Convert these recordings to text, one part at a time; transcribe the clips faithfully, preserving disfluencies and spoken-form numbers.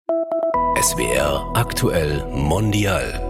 S W R aktuell mondial.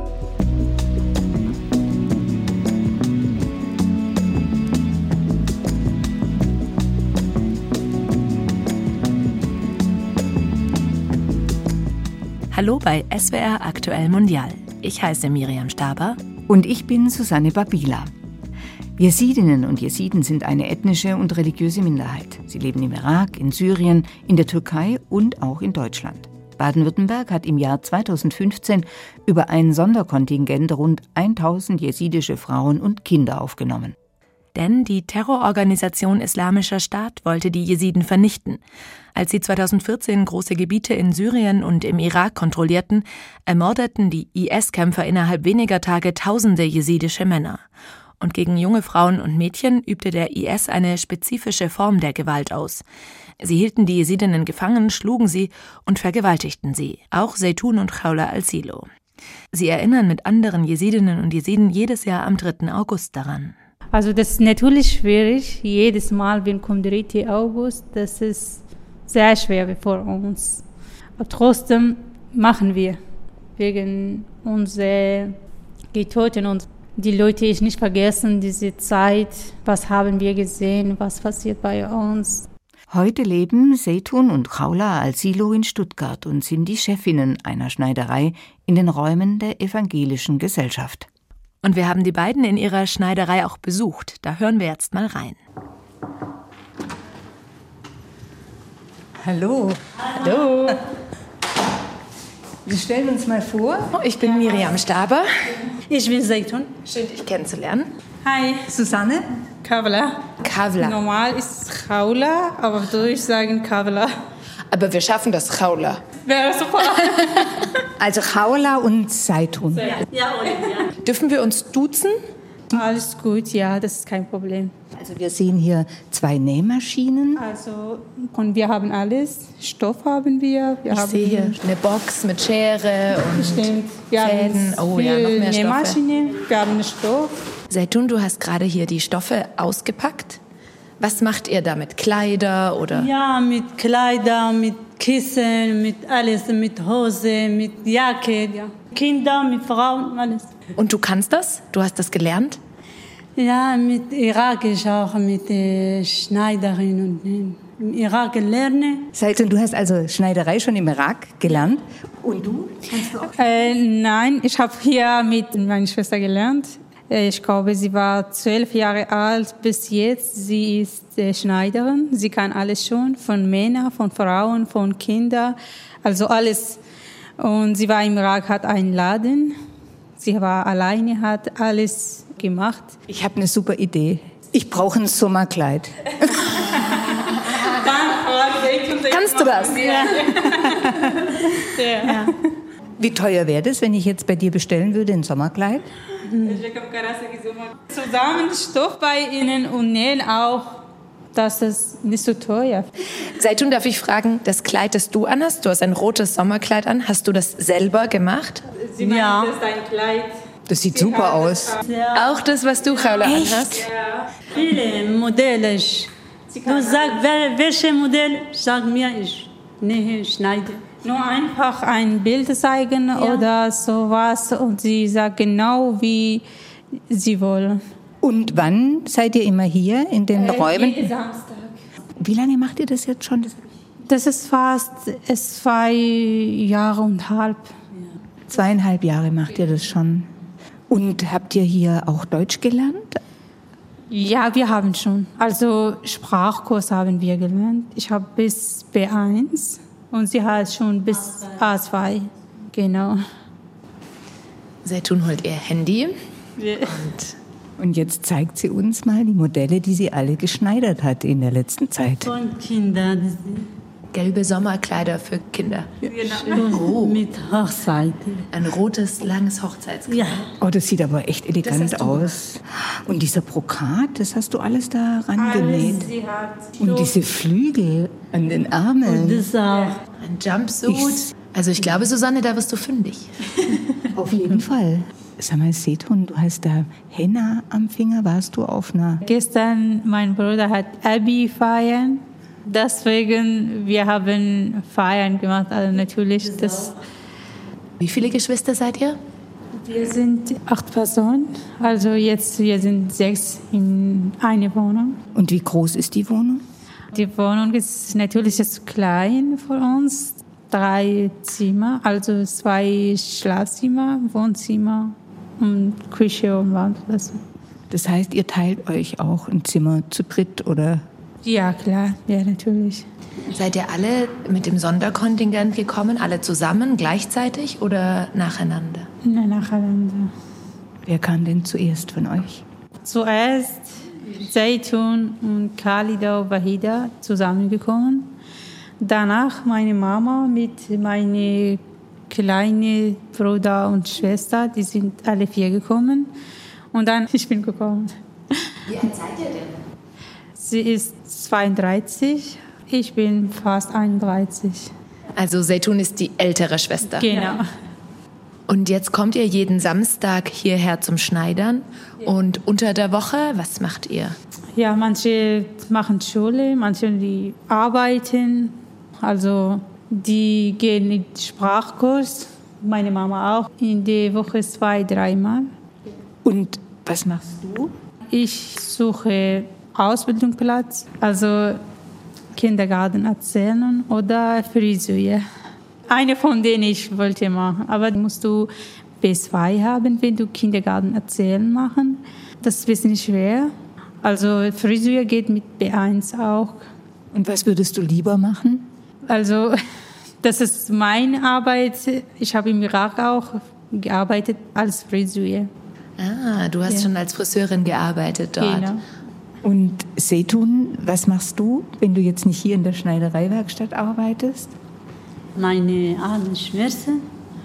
Hallo bei S W R aktuell mondial. Ich heiße Miriam Staber. Und ich bin Susanne Babila. Jesidinnen und Jesiden sind eine ethnische und religiöse Minderheit. Sie leben im Irak, in Syrien, in der Türkei und auch in Deutschland. Baden-Württemberg hat im Jahr zweitausendfünfzehn über ein Sonderkontingent rund tausend jesidische Frauen und Kinder aufgenommen. Denn die Terrororganisation Islamischer Staat wollte die Jesiden vernichten. Als sie zweitausendvierzehn große Gebiete in Syrien und im Irak kontrollierten, ermordeten die I S-Kämpfer innerhalb weniger Tage tausende jesidische Männer. Und gegen junge Frauen und Mädchen übte der I S eine spezifische Form der Gewalt aus. Sie hielten die Jesidinnen gefangen, schlugen sie und vergewaltigten sie, auch Zeytun und Khawla al-Silo. Sie erinnern mit anderen Jesidinnen und Jesiden jedes Jahr am dritten August daran. Also das ist natürlich schwierig, jedes Mal, wenn kommt der dritte August, das ist sehr schwer für uns. Aber trotzdem machen wir, wegen unserer Getöteten und die Leute ich nicht vergessen, diese Zeit, was haben wir gesehen, was passiert bei uns. Heute leben Zeytun und Khawla al-Silo in Stuttgart und sind die Chefinnen einer Schneiderei in den Räumen der evangelischen Gesellschaft. Und wir haben die beiden in ihrer Schneiderei auch besucht. Da hören wir jetzt mal rein. Hallo. Hallo. Wir stellen uns mal vor. Ich bin Miriam Staber. Ich bin Zeytun. Schön, dich kennenzulernen. Hi. Susanne. Khawla. Khawla. Normal ist Khawla, aber auf Deutsch sagen Khawla. Aber wir schaffen das, Khawla. Wäre super. Also Khawla und Zeytun. Ja, ja, und, ja. Dürfen wir uns duzen? Alles gut, ja, das ist kein Problem. Also wir sehen hier zwei Nähmaschinen. Also, und wir haben alles. Stoff haben wir. wir Ich haben sehe hier eine Box mit Schere und Stimmt. Wir Fäden. haben Oh ja, noch mehr Stoffe. Nähmaschine, wir haben Stoff. Zeytun, du hast gerade hier die Stoffe ausgepackt. Was macht ihr damit? Kleider oder? Ja, mit Kleider, mit Kissen, mit alles, mit Hose, mit Jacke, ja. Kinder, mit Frauen, alles. Und du kannst das? Du hast das gelernt? Ja, mit Irakisch auch, mit äh, Schneiderin und äh, im Irak lerne. Zeytun, du hast also Schneiderei schon im Irak gelernt. Und du? Kannst du auch? Äh, nein, ich habe hier mit meiner Schwester gelernt. Ich glaube, sie war zwölf Jahre alt bis jetzt. Sie ist äh, Schneiderin. Sie kann alles schon, von Männern, von Frauen, von Kindern, also alles. Und sie war im Irak, hat einen Laden. Sie war alleine, hat alles gemacht. Ich habe eine super Idee. Ich brauche ein Sommerkleid. Kannst du das? Ja. Ja. Wie teuer wäre das, wenn ich jetzt bei dir bestellen würde, ein Sommerkleid? Zusammen Stoff bei Ihnen und Nähen auch, das ist nicht so teuer. Zeytun, darf ich fragen, das Kleid, das du anhast, du hast ein rotes Sommerkleid an, hast du das selber gemacht? Sie meint, ja. Das ist ein Kleid. Das sieht super aus. Ja. Auch das, was du, Khawla, anhast? Ja. Viele Modelle. Du sagst, welche Modell? Sag mir, ich nähe, schneide. Nur einfach ein Bild zeigen ja. Oder sowas und sie sagt genau, wie sie wollen. Und wann seid ihr immer hier in den äh, Räumen? Jeden Samstag. Wie lange macht ihr das jetzt schon? Das ist fast zwei Jahre und halb. Ja. Zweieinhalb Jahre macht ihr das schon. Und habt ihr hier auch Deutsch gelernt? Ja, wir haben schon. Also Sprachkurs haben wir gelernt. Ich habe bis B eins. Und sie hat schon bis A zwei, genau. Zeytun holt ihr Handy. Ja. Und, und jetzt zeigt sie uns mal die Modelle, die sie alle geschneidert hat in der letzten Zeit. Von Kindern. Gelbe Sommerkleider für Kinder. Genau. Oh. Mit Hochzeit. Ein rotes, langes Hochzeitskleid. Ja. Oh, das sieht aber echt elegant aus. Und dieser Brokat, das hast du alles da rangenäht. Und diese Flügel an den Armen. Und das auch. Ein Jumpsuit. Ich, also ich glaube, Susanne, da wirst du fündig. Auf jeden Fall. Sag mal, Zeytun, du hast da Henna am Finger. Warst du auf einer... Gestern, mein Bruder hat Abi feiern. Deswegen, wir haben Feiern gemacht, also natürlich. Das Wie viele Geschwister seid ihr? wir sind acht Personen, also jetzt wir sind sechs in einer Wohnung. Und wie groß ist die Wohnung? Die Wohnung ist natürlich zu klein für uns. Drei Zimmer, also zwei Schlafzimmer, Wohnzimmer und Küche und Bad. Das heißt, ihr teilt euch auch ein Zimmer zu dritt, oder? Ja, klar, ja, natürlich. Seid ihr alle mit dem Sonderkontingent gekommen, alle zusammen, gleichzeitig oder nacheinander? Nein, nacheinander. Wer kam denn zuerst von euch? Zuerst Zeytun und Khalida und Wahida zusammengekommen. Danach meine Mama mit meinem kleinen Bruder und Schwester, die sind alle vier gekommen. Und dann ich bin gekommen. Wie alt seid ihr denn? Sie ist zweiunddreißig, ich bin fast einunddreißig. Also Zeytun ist die ältere Schwester. Genau. Und jetzt kommt ihr jeden Samstag hierher zum Schneidern. Und unter der Woche, was macht ihr? Ja, manche machen Schule, manche die arbeiten. Also die gehen in den Sprachkurs, meine Mama auch, in der Woche zwei, dreimal. Und was machst du? Ich suche Ausbildungsplatz, also Kindergarten erzählen oder Friseur. Eine von denen ich wollte machen, aber musst du B zwei haben, wenn du Kindergarten erzählen machen. Das ist ein bisschen schwer. Also Friseur geht mit B eins auch. Und was würdest du lieber machen? Also das ist meine Arbeit. Ich habe im Irak auch gearbeitet als Friseur. Ah, du hast Ja. schon als Friseurin gearbeitet dort. Genau. Und Zeytun, was machst du, wenn du jetzt nicht hier in der Schneidereiwerkstatt arbeitest? Meine Armschmerzen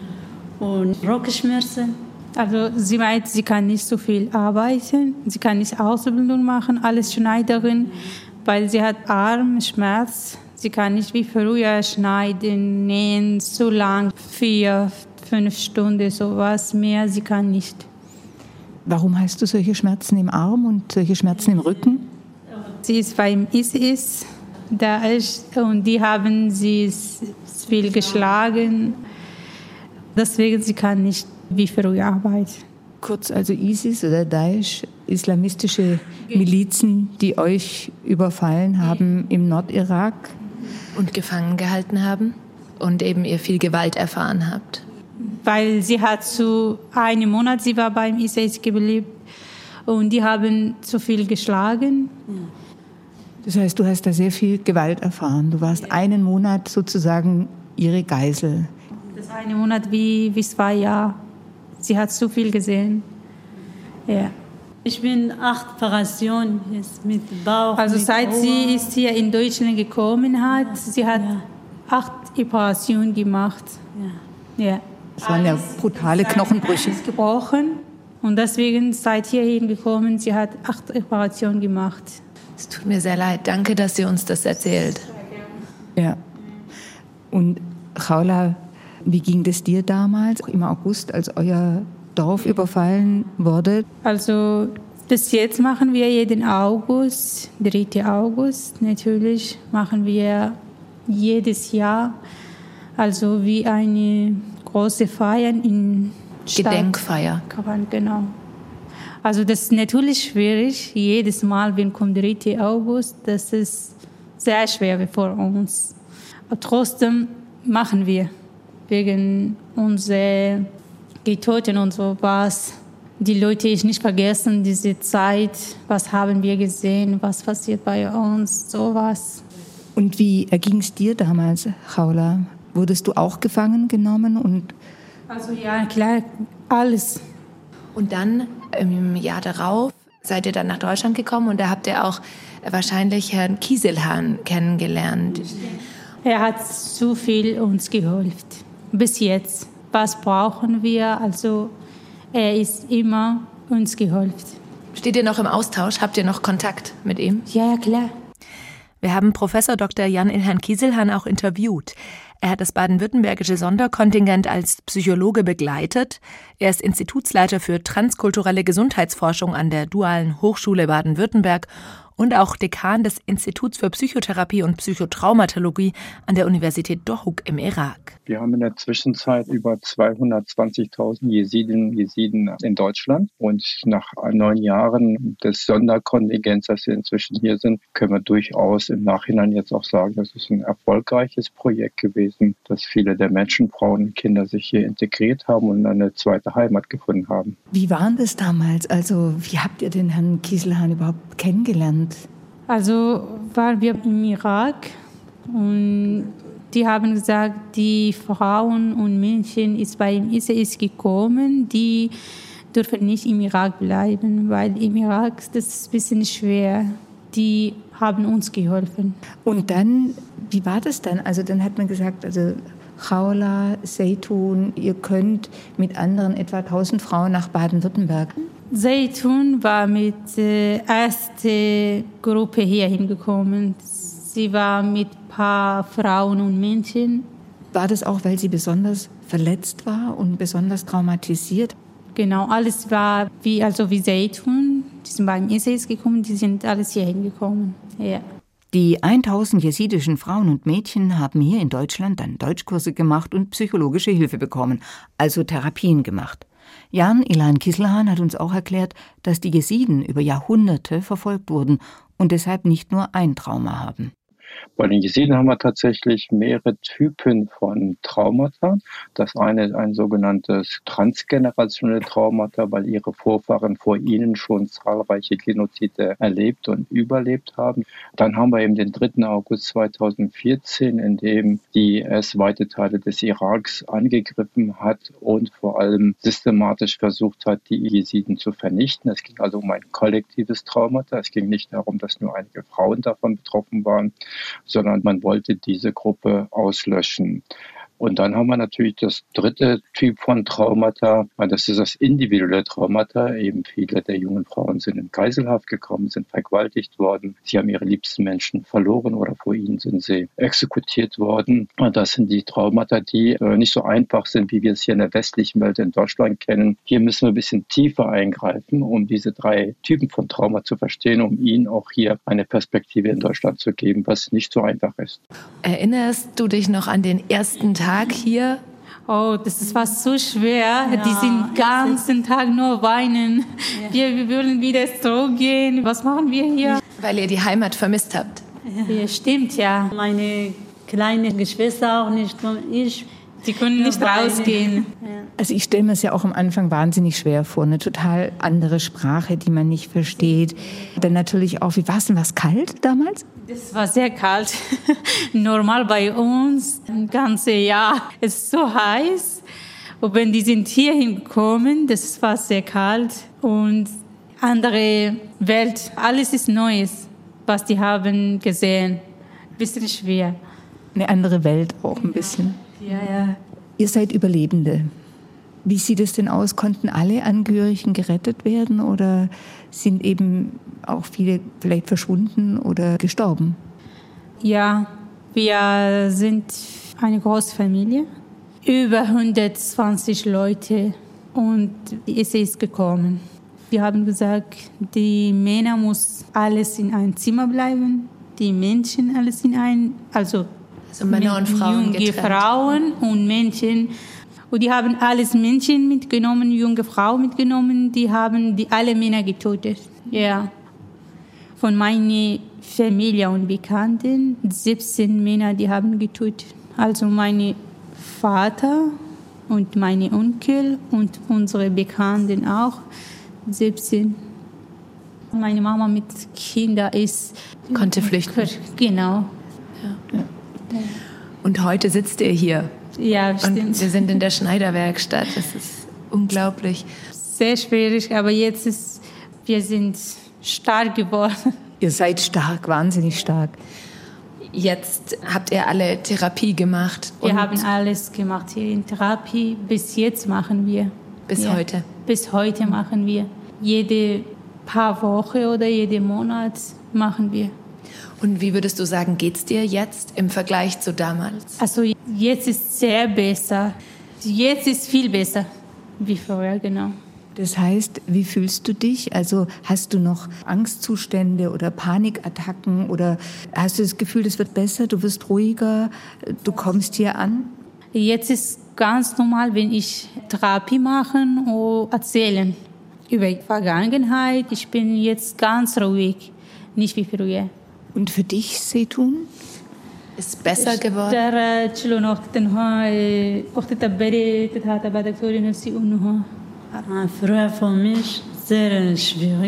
und Rückenschmerzen. Also sie meint, sie kann nicht so viel arbeiten, sie kann nicht Ausbildung machen, alles Schneiderin, weil sie hat Armschmerz. Sie kann nicht wie früher schneiden, nähen, so lang, vier, fünf Stunden, sowas mehr, sie kann nicht. Warum hast du solche Schmerzen im Arm und solche Schmerzen im Rücken? Sie ist beim I S I S, da ist, und die haben sie viel geschlagen, deswegen sie kann nicht wie früher arbeiten. Kurz, also ISIS oder Daesh, islamistische Milizen, die euch überfallen haben im Nordirak. Und gefangen gehalten haben und eben ihr viel Gewalt erfahren habt. Weil sie hat zu einem Monat, sie war beim I S I S geblieben und die haben zu viel geschlagen. Das heißt, du hast da sehr viel Gewalt erfahren. Du warst einen Monat sozusagen ihre Geisel. Das eine Monat wie, wie zwei Jahre. Sie hat zu viel gesehen. Ja. Ich bin acht Operationen jetzt mit Bauch. Also mit seit Ohr. sie ist hier in Deutschland gekommen hat, sie hat Ja. acht Operationen gemacht. Ja. Ja. Das waren ja brutale Knochenbrüche. Ist gebrochen und deswegen seit hierhin gekommen, sie hat acht Operationen gemacht. Es tut mir sehr leid. Danke, dass ihr uns das erzählt. Ja. Und Khawla, wie ging das dir damals im August, als euer Dorf überfallen wurde? Also bis jetzt machen wir jeden August, dritten August natürlich, machen wir jedes Jahr, also wie eine große Feier in Stadt. Gedenkfeier. Genau. Also das ist natürlich schwierig, jedes Mal, wenn kommt dritter August, das ist sehr schwer für uns. Aber trotzdem machen wir, wegen unserer Getöten und sowas. Die Leute ich nicht vergessen, diese Zeit, was haben wir gesehen, was passiert bei uns, sowas. Und wie erging es dir damals, Khawla? Wurdest du auch gefangen genommen? Und Also ja, klar, alles. Und dann im Jahr darauf seid ihr dann nach Deutschland gekommen und da habt ihr auch wahrscheinlich Herrn Kieselhan kennengelernt. Er hat so viel uns geholfen, bis jetzt. Was brauchen wir? Also er ist immer uns geholfen. Steht ihr noch im Austausch? Habt ihr noch Kontakt mit ihm? Ja, ja, klar. Wir haben Professor Doktor Jan-Ilhan Kieselhan auch interviewt. Er hat das baden-württembergische Sonderkontingent als Psychologe begleitet. Er ist Institutsleiter für transkulturelle Gesundheitsforschung an der Dualen Hochschule Baden-Württemberg und auch Dekan des Instituts für Psychotherapie und Psychotraumatologie an der Universität Dohuk im Irak. Wir haben in der Zwischenzeit über zweihundertzwanzigtausend Jesidinnen und Jesiden in Deutschland. Und nach neun Jahren des Sonderkontingents, das wir inzwischen hier sind, können wir durchaus im Nachhinein jetzt auch sagen, das ist ein erfolgreiches Projekt gewesen, dass viele der Menschen, Frauen und Kinder sich hier integriert haben und eine zweite Heimat gefunden haben. Wie war das damals? Also wie habt ihr den Herrn Kieselhahn überhaupt kennengelernt? Also waren wir im Irak und die haben gesagt, die Frauen und Mädchen ist beim I S S gekommen, die dürfen nicht im Irak bleiben, weil im Irak das ist ein bisschen schwer. Die haben uns geholfen. Und dann, wie war das dann? Also dann hat man gesagt, also Khawla, Zeytun, ihr könnt mit anderen etwa tausend Frauen nach Baden-Württemberg. Zeytun war mit der äh, ersten Gruppe hier hingekommen. Sie war mit ein paar Frauen und Mädchen. War das auch, weil sie besonders verletzt war und besonders traumatisiert? Genau, alles war wie, also wie Zeytun. Die sind beim I S S gekommen, die sind alles hier hingekommen. Ja. Die tausend jesidischen Frauen und Mädchen haben hier in Deutschland dann Deutschkurse gemacht und psychologische Hilfe bekommen, also Therapien gemacht. Jan Ilan Kieselhahn hat uns auch erklärt, dass die Jesiden über Jahrhunderte verfolgt wurden und deshalb nicht nur ein Trauma haben. Bei den Jesiden haben wir tatsächlich mehrere Typen von Traumata. Das eine ist ein sogenanntes transgenerationelle Traumata, weil ihre Vorfahren vor ihnen schon zahlreiche Genozide erlebt und überlebt haben. Dann haben wir eben den dritten August zweitausendvierzehn, in dem die I S weite Teile des Iraks angegriffen hat und vor allem systematisch versucht hat, die Jesiden zu vernichten. Es ging also um ein kollektives Traumata. Es ging nicht darum, dass nur einige Frauen davon betroffen waren, sondern man wollte diese Gruppe auslöschen. Und dann haben wir natürlich das dritte Typ von Traumata, das ist das individuelle Traumata. Eben viele der jungen Frauen sind in Geiselhaft gekommen, sind vergewaltigt worden. Sie haben ihre liebsten Menschen verloren oder vor ihnen sind sie exekutiert worden. Und das sind die Traumata, die nicht so einfach sind, wie wir es hier in der westlichen Welt in Deutschland kennen. Hier müssen wir ein bisschen tiefer eingreifen, um diese drei Typen von Trauma zu verstehen, um ihnen auch hier eine Perspektive in Deutschland zu geben, was nicht so einfach ist. Erinnerst du dich noch an den ersten Tag? Tag hier? Oh, das, das war so schwer. Ja, die sind den ganzen Tag nur weinen. Ja. Wir, wir wollen wieder zurückgehen. Was machen wir hier? Weil ihr die Heimat vermisst habt. Ja, ja stimmt, ja. Meine kleine Geschwister auch nicht und ich. Die können nicht rausgehen. Also ich stelle mir es ja auch am Anfang wahnsinnig schwer vor. Eine total andere Sprache, die man nicht versteht. Dann natürlich auch, wie war es denn, war es kalt damals? Das war sehr kalt. Normal bei uns, ein ganzes Jahr. Es ist so heiß. Und wenn die sind hier hingekommen, das war sehr kalt. Und andere Welt, alles ist Neues, was die haben gesehen. Ein bisschen schwer. Eine andere Welt auch ein bisschen. Ja, ja. Ihr seid Überlebende. Wie sieht es denn aus? Konnten alle Angehörigen gerettet werden oder sind eben auch viele vielleicht verschwunden oder gestorben? Ja, wir sind eine große Familie. Über hundertzwanzig Leute und es ist gekommen. Wir haben gesagt, die Männer müssen alles in einem Zimmer bleiben, die Menschen alles in ein, also Also Männer und Frauen junge getrennt. Frauen und Mädchen. Und die haben alles Mädchen mitgenommen, junge Frauen mitgenommen. Die haben die alle Männer getötet. Ja. Von meiner Familie und Bekannten, siebzehn Männer, die haben getötet. Also mein Vater und meine Onkel und unsere Bekannten auch, siebzehn. Meine Mama mit Kindern ist... Konnte flüchten. Genau. Ja. Und heute sitzt ihr hier. Ja, stimmt. Und wir sind in der Schneiderwerkstatt. Das ist unglaublich. Sehr schwierig, aber jetzt ist, wir sind stark geworden. Ihr seid stark, wahnsinnig stark. Jetzt habt ihr alle Therapie gemacht. Wir haben alles gemacht hier in Therapie. Bis jetzt machen wir. Bis ja, heute? Bis heute machen wir. Jede paar Wochen oder jeden Monat machen wir. Und wie würdest du sagen, geht's dir jetzt im Vergleich zu damals? Also jetzt ist es sehr besser. Jetzt ist viel besser wie vorher, genau. Das heißt, wie fühlst du dich? Also hast du noch Angstzustände oder Panikattacken oder hast du das Gefühl, es wird besser, du wirst ruhiger, du kommst hier an? Jetzt ist ganz normal, wenn ich Therapie mache oder erzählen über die Vergangenheit. Ich bin jetzt ganz ruhig, nicht wie früher. Und für dich, Setun? Ist besser geworden? Früher für mich sehr schwierig.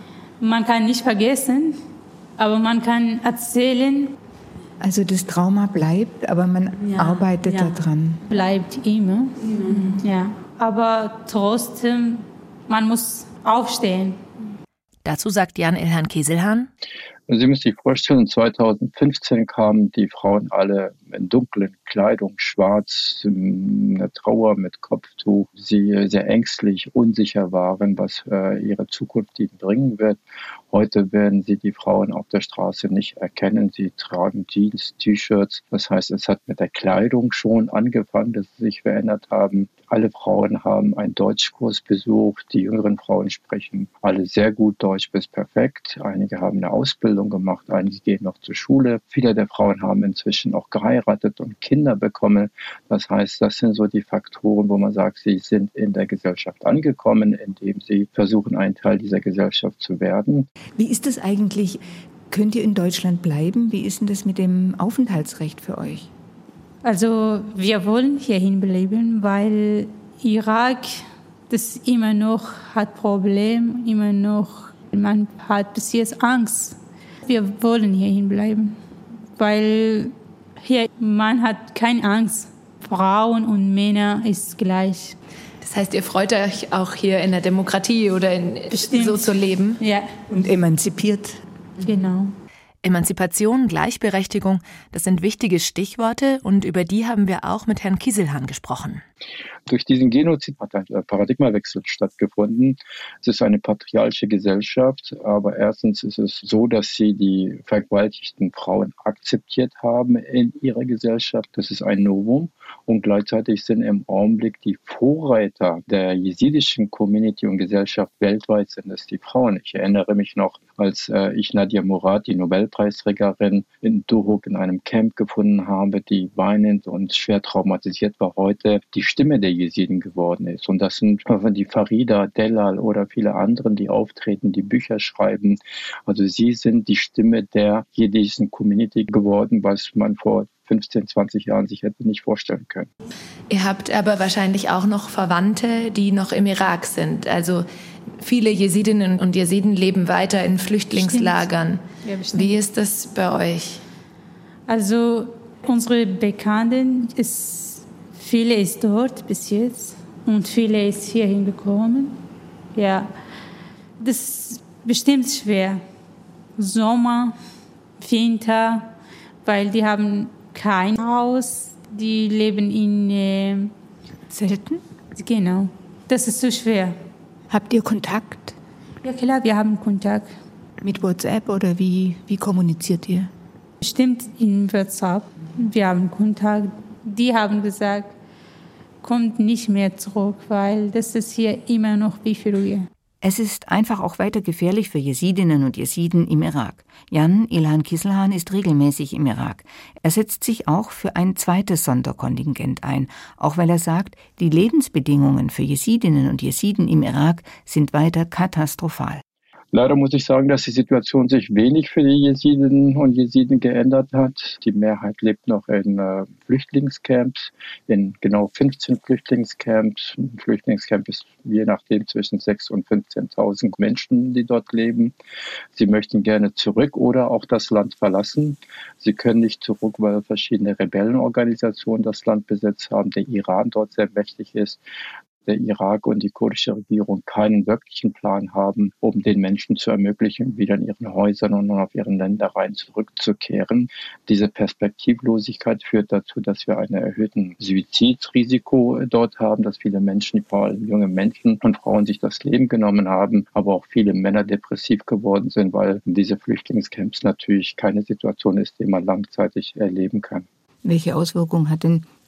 Man kann nicht vergessen, aber man kann erzählen. Also das Trauma bleibt, aber man ja, arbeitet ja. daran. Bleibt immer. Mhm. Ja. Aber trotzdem, man muss aufstehen. Dazu sagt Jan-Ilhan Kieselhahn: Sie müssen sich vorstellen, zweitausendfünfzehn kamen die Frauen alle in dunklen Kleidung, schwarz, in der Trauer mit Kopftuch, sie sehr ängstlich, unsicher waren, was äh, ihre Zukunft ihnen bringen wird. Heute werden Sie die Frauen auf der Straße nicht erkennen. Sie tragen Jeans, T-Shirts. Das heißt, es hat mit der Kleidung schon angefangen, dass sie sich verändert haben. Alle Frauen haben einen Deutschkurs besucht. Die jüngeren Frauen sprechen alle sehr gut Deutsch bis perfekt. Einige haben eine Ausbildung gemacht, einige gehen noch zur Schule. Viele der Frauen haben inzwischen auch geheiratet und Kinder bekommen. Das heißt, das sind so die Faktoren, wo man sagt, sie sind in der Gesellschaft angekommen, indem sie versuchen, ein Teil dieser Gesellschaft zu werden. Wie ist es eigentlich? Könnt ihr in Deutschland bleiben? Wie ist denn das mit dem Aufenthaltsrecht für euch? Also wir wollen hierhin bleiben, weil Irak das immer noch hat Probleme, immer noch, man hat bis jetzt Angst. Wir wollen hierhin bleiben, weil hier man hat keine Angst. Frauen und Männer ist gleich. Das heißt, ihr freut euch auch hier in der Demokratie oder in, so zu leben? Ja. Und emanzipiert. Genau. Emanzipation, Gleichberechtigung, das sind wichtige Stichworte und über die haben wir auch mit Herrn Kieselhahn gesprochen. Durch diesen Genozid hat ein Paradigmawechsel stattgefunden. Es ist eine patriarchische Gesellschaft, aber erstens ist es so, dass sie die vergewaltigten Frauen akzeptiert haben in ihrer Gesellschaft. Das ist ein Novum. Und gleichzeitig sind im Augenblick die Vorreiter der jesidischen Community und Gesellschaft weltweit sind es die Frauen. Ich erinnere mich noch, als äh, ich Nadia Murad, die Nobelpreisträgerin, in Duhok in einem Camp gefunden habe, die weinend und schwer traumatisiert war, heute die Stimme der Jesiden geworden ist. Und das sind die Farida, Delal oder viele anderen, die auftreten, die Bücher schreiben. Also sie sind die Stimme der jesidischen Community geworden, was man vor fünfzehn, zwanzig Jahren sich hätte nicht vorstellen können. Ihr habt aber wahrscheinlich auch noch Verwandte, die noch im Irak sind. Also viele Jesidinnen und Jesiden leben weiter in Flüchtlingslagern. Ja, wie ist das bei euch? Also unsere Bekannten, ist, viele ist dort bis jetzt und viele ist hierhin gekommen. Ja, das ist bestimmt schwer. Sommer, Winter, weil die haben kein Haus, die leben in äh, Zelten? Genau, das ist so schwer. Habt ihr Kontakt? Ja klar, wir haben Kontakt. Mit WhatsApp oder wie, wie kommuniziert ihr? Bestimmt in WhatsApp. Wir haben Kontakt. Die haben gesagt, kommt nicht mehr zurück, weil das ist hier immer noch wie früher. Es ist einfach auch weiter gefährlich für Jesidinnen und Jesiden im Irak. Jan-Ilhan Kieselhahn ist regelmäßig im Irak. Er setzt sich auch für ein zweites Sonderkontingent ein, auch weil er sagt, die Lebensbedingungen für Jesidinnen und Jesiden im Irak sind weiter katastrophal. Leider muss ich sagen, dass die Situation sich wenig für die Jesidinnen und Jesiden geändert hat. Die Mehrheit lebt noch in äh, Flüchtlingscamps, in genau fünfzehn Flüchtlingscamps. Ein Flüchtlingscamp ist je nachdem zwischen sechstausend und fünfzehntausend Menschen, die dort leben. Sie möchten gerne zurück oder auch das Land verlassen. Sie können nicht zurück, weil verschiedene Rebellenorganisationen das Land besetzt haben, der Iran dort sehr mächtig ist. Der Irak und die kurdische Regierung keinen wirklichen Plan haben, um den Menschen zu ermöglichen, wieder in ihren Häusern und auf ihren Ländereien zurückzukehren. Diese Perspektivlosigkeit führt dazu, dass wir ein erhöhtes Suizidrisiko dort haben, dass viele Menschen, vor allem junge Menschen und Frauen, sich das Leben genommen haben, aber auch viele Männer depressiv geworden sind, weil diese Flüchtlingscamps natürlich keine Situation ist, die man langzeitig erleben kann. Welche Auswirkungen hat denn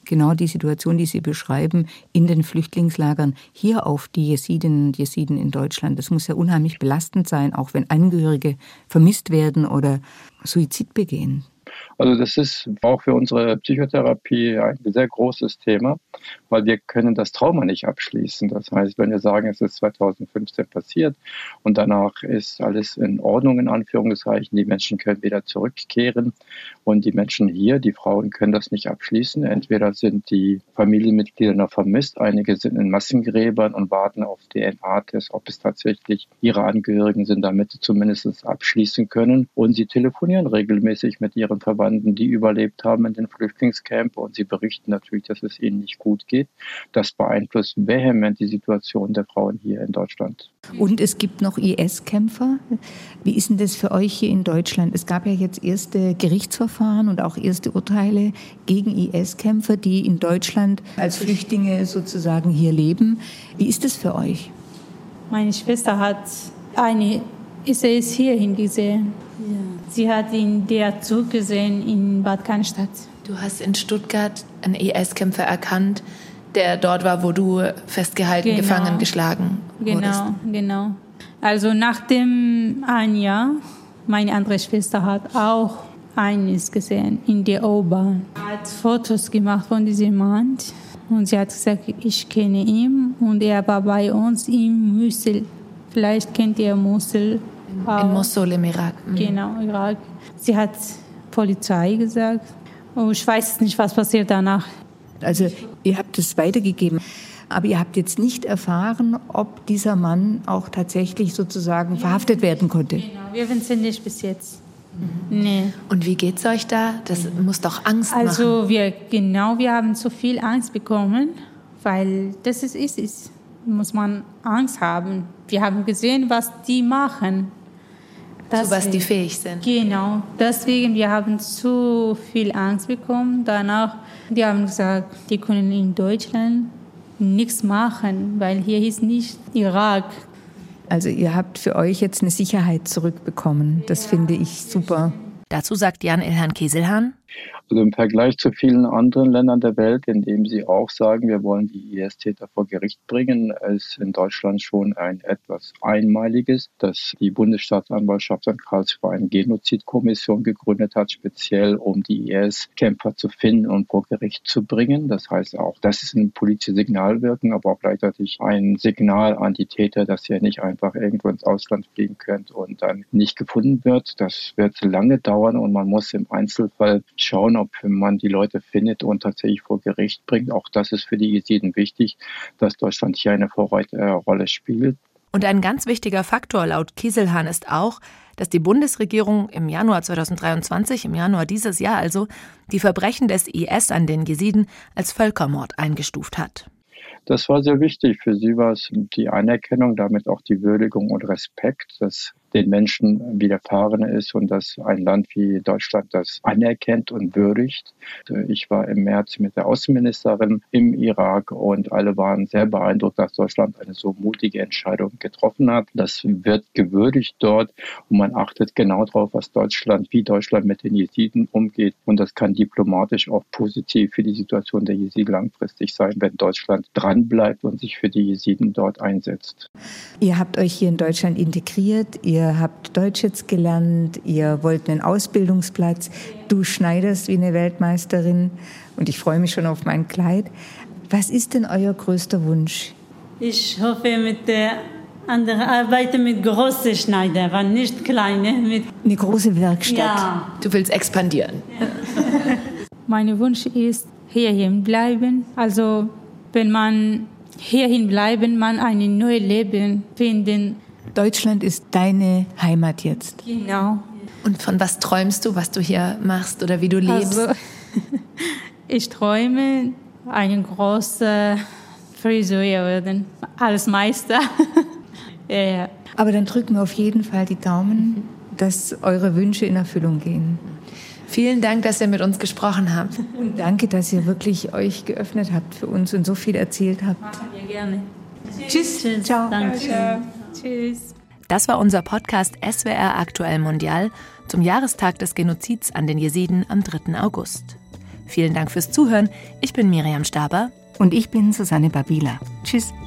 genau die Situation, die Sie beschreiben, in den Flüchtlingslagern hier auf die Jesidinnen und Jesiden in Deutschland. Das muss ja unheimlich belastend sein, auch wenn Angehörige vermisst werden oder Suizid begehen. Also das ist auch für unsere Psychotherapie ein sehr großes Thema, weil wir können das Trauma nicht abschließen. Das heißt, wenn wir sagen, es ist zweitausendfünfzehn passiert und danach ist alles in Ordnung, in Anführungszeichen, die Menschen können wieder zurückkehren und die Menschen hier, die Frauen, können das nicht abschließen. Entweder sind die Familienmitglieder noch vermisst, einige sind in Massengräbern und warten auf D N A-Tests, ob es tatsächlich ihre Angehörigen sind, damit sie zumindest abschließen können. Und sie telefonieren regelmäßig mit ihren Verwandten, die überlebt haben in den Flüchtlingscamps, und sie berichten natürlich, dass es ihnen nicht gut geht. Das beeinflusst vehement die Situation der Frauen hier in Deutschland. Und es gibt noch I S-Kämpfer. Wie ist denn das für euch hier in Deutschland? Es gab ja jetzt erste Gerichtsverfahren und auch erste Urteile gegen I S-Kämpfer, die in Deutschland als Flüchtlinge sozusagen hier leben. Wie ist das für euch? Meine Schwester hat eine S S hierhin gesehen. Ja. Sie hat ihn der Zug gesehen in Bad Cannstatt. Du hast in Stuttgart einen I S-Kämpfer erkannt, der dort war, wo du festgehalten, genau. gefangen, geschlagen genau, wurdest. Genau, genau. Also nach dem ein Jahr, meine andere Schwester hat auch eines gesehen in der U-Bahn. Sie hat Fotos gemacht von diesem Mann und sie hat gesagt, ich kenne ihn und er war bei uns in Mosul. Vielleicht kennt ihr Mosul. In Mosul im Irak. Mhm. Genau, Irak. Sie hat Polizei gesagt. Und ich weiß nicht, was passiert danach. Also ihr habt es weitergegeben, aber ihr habt jetzt nicht erfahren, ob dieser Mann auch tatsächlich sozusagen verhaftet werden konnte. Genau, wir wissen nicht bis jetzt. Mhm. Nee. Und wie geht's euch da? Das muss doch Angst machen. Also wir, genau, wir haben zu viel Angst bekommen, weil das ist, ist, ist, muss man Angst haben. Wir haben gesehen, was die machen. Zu was die fähig sind. Genau, deswegen wir haben zu viel Angst bekommen. Danach, die haben gesagt, die können in Deutschland nichts machen, weil hier ist nicht Irak. Also ihr habt für euch jetzt eine Sicherheit zurückbekommen. Das ja. finde ich super. Dazu sagt Jan-Ilhan Keselhan: Also im Vergleich zu vielen anderen Ländern der Welt, in denen sie auch sagen, wir wollen die I S-Täter vor Gericht bringen, ist in Deutschland schon ein etwas Einmaliges, dass die Bundesstaatsanwaltschaft in Karlsruhe eine Genozidkommission gegründet hat, speziell um die I S-Kämpfer zu finden und vor Gericht zu bringen. Das heißt auch, das ist ein politisches Signalwirken, aber auch gleichzeitig ein Signal an die Täter, dass ihr nicht einfach irgendwo ins Ausland fliegen könnt und dann nicht gefunden wird. Das wird lange dauern und man muss im Einzelfall schauen, ob man die Leute findet und tatsächlich vor Gericht bringt. Auch das ist für die Jesiden wichtig, dass Deutschland hier eine Vorreiterrolle spielt. Und ein ganz wichtiger Faktor laut Keselhan ist auch, dass die Bundesregierung im Januar zweitausenddreiundzwanzig, im Januar dieses Jahr also, die Verbrechen des I S an den Jesiden als Völkermord eingestuft hat. Das war sehr wichtig. Für sie war es die Anerkennung, damit auch die Würdigung und Respekt, dass den Menschen widerfahren ist und dass ein Land wie Deutschland das anerkennt und würdigt. Ich war im März mit der Außenministerin im Irak und alle waren sehr beeindruckt, dass Deutschland eine so mutige Entscheidung getroffen hat. Das wird gewürdigt dort und man achtet genau darauf, was Deutschland, wie Deutschland mit den Jesiden umgeht. Und das kann diplomatisch auch positiv für die Situation der Jesiden langfristig sein, wenn Deutschland dranbleibt und sich für die Jesiden dort einsetzt. Ihr habt euch hier in Deutschland integriert, ihr habt Deutsch jetzt gelernt, ihr wollt einen Ausbildungsplatz, du schneiderst wie eine Weltmeisterin und ich freue mich schon auf mein Kleid. Was ist denn euer größter Wunsch? Ich hoffe, mit der anderen Arbeiten mit großen Schneider, aber nicht kleine. Mit eine große Werkstatt. Ja. Du willst expandieren. Ja. Mein Wunsch ist, hierhin bleiben. Also wenn man hierhin bleiben, man ein neues Leben finden. Deutschland ist deine Heimat jetzt. Genau. Und von was träumst du, was du hier machst oder wie du lebst? Also, ich träume, eine große Friseur werden, als Meister. Ja. Aber dann drücken wir auf jeden Fall die Daumen, dass eure Wünsche in Erfüllung gehen. Vielen Dank, dass ihr mit uns gesprochen habt. Und danke, dass ihr wirklich euch geöffnet habt für uns und so viel erzählt habt. Machen wir gerne. Tschüss. Tschüss. Ciao. Danke. Tschüss. Das war unser Podcast S W R Aktuell Mondial zum Jahrestag des Genozids an den Jesiden am dritten August. Vielen Dank fürs Zuhören. Ich bin Miriam Staber. Und ich bin Susanne Babila. Tschüss.